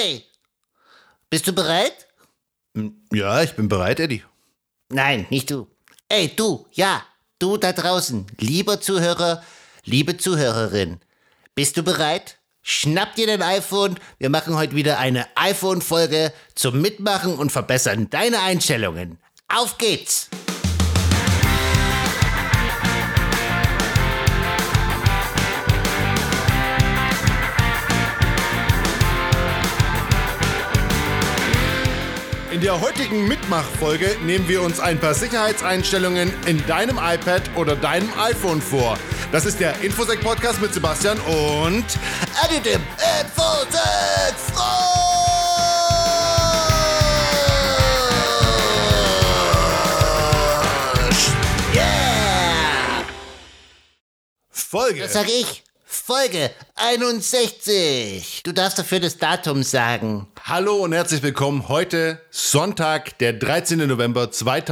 Hey, bist du bereit? Ja, ich bin bereit, Eddie. Nein, nicht du. Ey, du, ja, du da draußen, lieber Zuhörer, liebe Zuhörerin. Bist du bereit? Schnapp dir dein iPhone, wir machen heute wieder eine iPhone-Folge zum Mitmachen und Verbessern deiner Einstellungen. Auf geht's! In der heutigen Mitmachfolge nehmen wir uns ein paar Sicherheitseinstellungen in deinem iPad oder deinem iPhone vor. Das ist der Infosec-Podcast mit Sebastian und Eddie dem Infosec Frosch! Yeah! Folge. Das sag ich. Folge 61. Du darfst dafür das Datum sagen. Hallo und herzlich willkommen. Heute Sonntag, der 13. November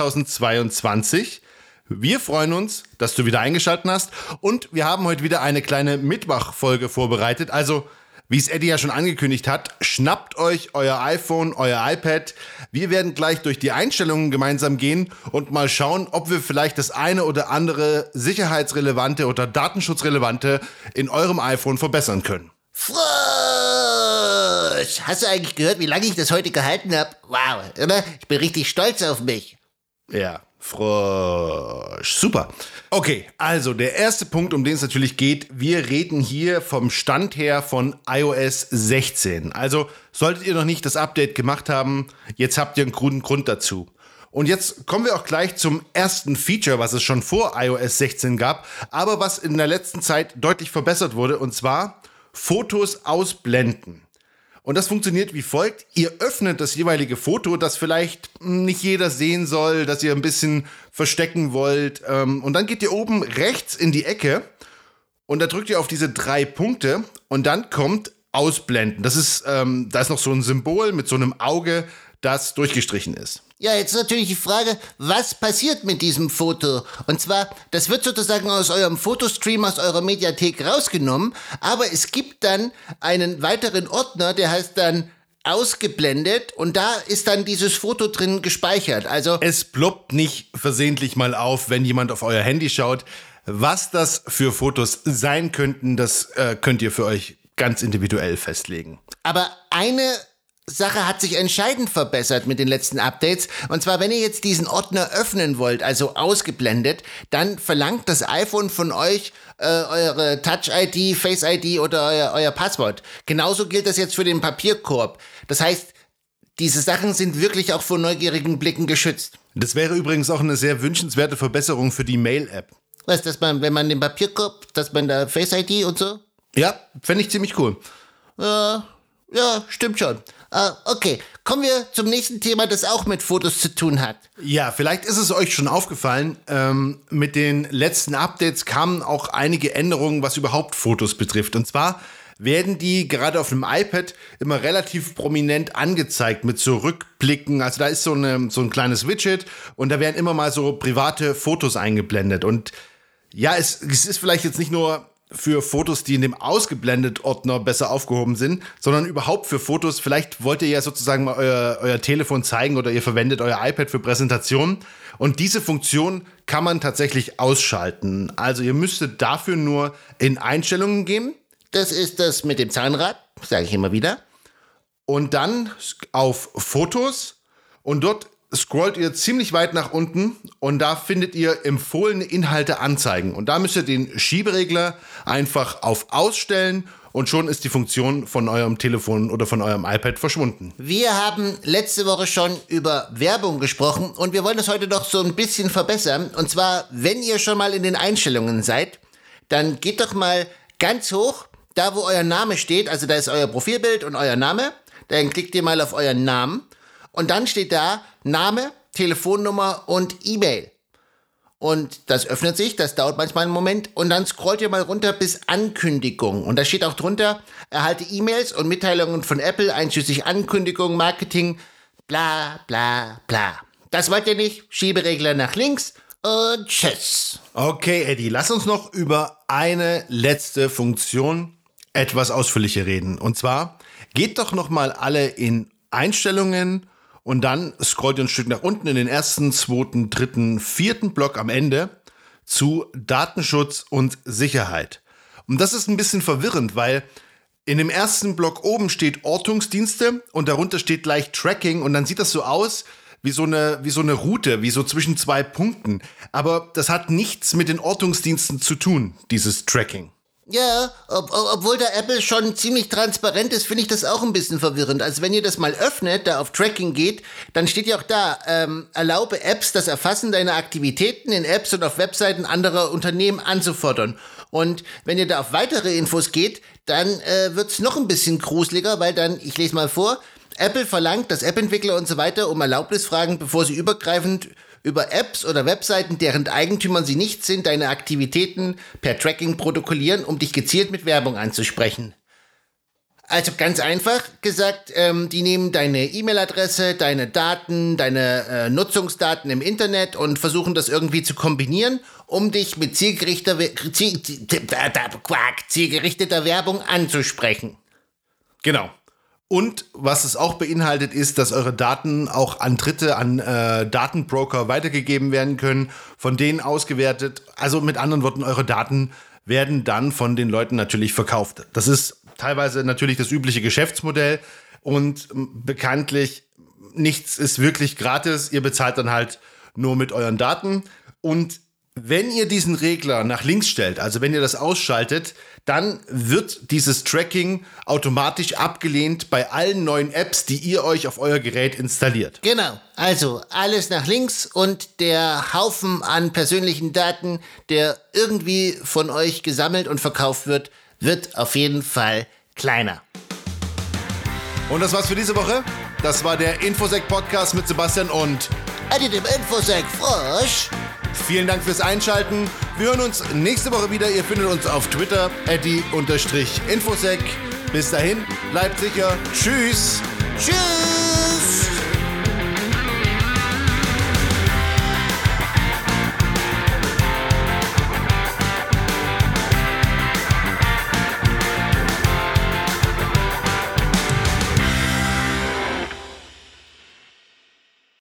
2022. Wir freuen uns, dass du wieder eingeschaltet hast und wir haben heute wieder eine kleine Mitmachfolge vorbereitet. Also, wie es Eddie ja schon angekündigt hat, schnappt euch euer iPhone, euer iPad. Wir werden gleich durch die Einstellungen gemeinsam gehen und mal schauen, ob wir vielleicht das eine oder andere sicherheitsrelevante oder datenschutzrelevante in eurem iPhone verbessern können. Frosch! Hast du eigentlich gehört, wie lange ich das heute gehalten habe? Wow, oder? Ich bin richtig stolz auf mich. Ja, Frosch. Super. Okay, also der erste Punkt, um den es natürlich geht, wir reden hier vom Stand her von iOS 16. Also solltet ihr noch nicht das Update gemacht haben, jetzt habt ihr einen guten Grund dazu. Und jetzt kommen wir auch gleich zum ersten Feature, was es schon vor iOS 16 gab, aber was in der letzten Zeit deutlich verbessert wurde, und zwar Fotos ausblenden. Und das funktioniert wie folgt. Ihr öffnet das jeweilige Foto, das vielleicht nicht jeder sehen soll, das ihr ein bisschen verstecken wollt. Und dann geht ihr oben rechts in die Ecke und da drückt ihr auf diese 3 Punkte und dann kommt Ausblenden. Das ist, da ist noch so ein Symbol mit so einem Auge, das durchgestrichen ist. Ja, jetzt ist natürlich die Frage, was passiert mit diesem Foto? Und zwar, das wird sozusagen aus eurem Fotostream, aus eurer Mediathek rausgenommen, aber es gibt dann einen weiteren Ordner, der heißt dann ausgeblendet und da ist dann dieses Foto drin gespeichert. Also es ploppt nicht versehentlich mal auf, wenn jemand auf euer Handy schaut. Was das für Fotos sein könnten, das könnt ihr für euch ganz individuell festlegen. Aber eine Sache hat sich entscheidend verbessert mit den letzten Updates. Und zwar, wenn ihr jetzt diesen Ordner öffnen wollt, also ausgeblendet, dann verlangt das iPhone von euch eure Touch-ID, Face-ID oder euer Passwort. Genauso gilt das jetzt für den Papierkorb. Das heißt, diese Sachen sind wirklich auch vor neugierigen Blicken geschützt. Das wäre übrigens auch eine sehr wünschenswerte Verbesserung für die Mail-App. Was, dass man, wenn man den Papierkorb, dass man da Face-ID und so? Ja, fände ich ziemlich cool. Ja, stimmt schon. Okay, kommen wir zum nächsten Thema, das auch mit Fotos zu tun hat. Ja, vielleicht ist es euch schon aufgefallen, mit den letzten Updates kamen auch einige Änderungen, was überhaupt Fotos betrifft. Und zwar werden die gerade auf dem iPad immer relativ prominent angezeigt mit so Rückblicken. Also da ist so ein kleines Widget und da werden immer mal so private Fotos eingeblendet. Und ja, es ist vielleicht jetzt nicht nur für Fotos, die in dem Ausgeblendet-Ordner besser aufgehoben sind, sondern überhaupt für Fotos. Vielleicht wollt ihr ja sozusagen mal euer Telefon zeigen oder ihr verwendet euer iPad für Präsentationen. Und diese Funktion kann man tatsächlich ausschalten. Also ihr müsstet dafür nur in Einstellungen gehen. Das ist das mit dem Zahnrad, sage ich immer wieder. Und dann auf Fotos und dort scrollt ihr ziemlich weit nach unten und da findet ihr empfohlene Inhalte anzeigen. Und da müsst ihr den Schieberegler einfach auf Ausstellen und schon ist die Funktion von eurem Telefon oder von eurem iPad verschwunden. Wir haben letzte Woche schon über Werbung gesprochen und wir wollen das heute noch so ein bisschen verbessern. Und zwar, wenn ihr schon mal in den Einstellungen seid, dann geht doch mal ganz hoch, da wo euer Name steht, also da ist euer Profilbild und euer Name, dann klickt ihr mal auf euren Namen. Und dann steht da Name, Telefonnummer und E-Mail. Und das öffnet sich, das dauert manchmal einen Moment. Und dann scrollt ihr mal runter bis Ankündigung. Und da steht auch drunter, erhalte E-Mails und Mitteilungen von Apple, einschließlich Ankündigung, Marketing, bla bla bla. Das wollt ihr nicht, Schieberegler nach links und tschüss. Okay, Eddie, lass uns noch über eine letzte Funktion etwas ausführlicher reden. Und zwar geht doch nochmal alle in Einstellungen und dann scrollt ihr ein Stück nach unten in den ersten, zweiten, dritten, vierten Block am Ende zu Datenschutz und Sicherheit. Und das ist ein bisschen verwirrend, weil in dem ersten Block oben steht Ortungsdienste und darunter steht gleich Tracking und dann sieht das so aus wie so eine Route, wie so zwischen zwei Punkten. Aber das hat nichts mit den Ortungsdiensten zu tun, dieses Tracking. Ja, obwohl da Apple schon ziemlich transparent ist, finde ich das auch ein bisschen verwirrend. Also wenn ihr das mal öffnet, da auf Tracking geht, dann steht ja auch da, erlaube Apps das Erfassen deiner Aktivitäten in Apps und auf Webseiten anderer Unternehmen anzufordern. Und wenn ihr da auf weitere Infos geht, dann wird's noch ein bisschen gruseliger, weil dann, ich lese mal vor, Apple verlangt, dass App-Entwickler und so weiter um Erlaubnis fragen, bevor sie übergreifend über Apps oder Webseiten, deren Eigentümern sie nicht sind, deine Aktivitäten per Tracking protokollieren, um dich gezielt mit Werbung anzusprechen. Also ganz einfach gesagt, die nehmen deine E-Mail-Adresse, deine Daten, deine Nutzungsdaten im Internet und versuchen das irgendwie zu kombinieren, um dich mit zielgerichteter Werbung anzusprechen. Genau. Und was es auch beinhaltet, ist, dass eure Daten auch an Dritte, an Datenbroker weitergegeben werden können, von denen ausgewertet. Also mit anderen Worten, eure Daten werden dann von den Leuten natürlich verkauft. Das ist teilweise natürlich das übliche Geschäftsmodell und bekanntlich nichts ist wirklich gratis. Ihr bezahlt dann halt nur mit euren Daten. Und wenn ihr diesen Regler nach links stellt, also wenn ihr das ausschaltet, dann wird dieses Tracking automatisch abgelehnt bei allen neuen Apps, die ihr euch auf euer Gerät installiert. Genau, also alles nach links und der Haufen an persönlichen Daten, der irgendwie von euch gesammelt und verkauft wird, wird auf jeden Fall kleiner. Und das war's für diese Woche. Das war der Infosec-Podcast mit Sebastian und Eddie dem Infosec Frosch. Vielen Dank fürs Einschalten. Wir hören uns nächste Woche wieder. Ihr findet uns auf Twitter, @Eddie_Infosec. Bis dahin, bleibt sicher. Tschüss. Tschüss.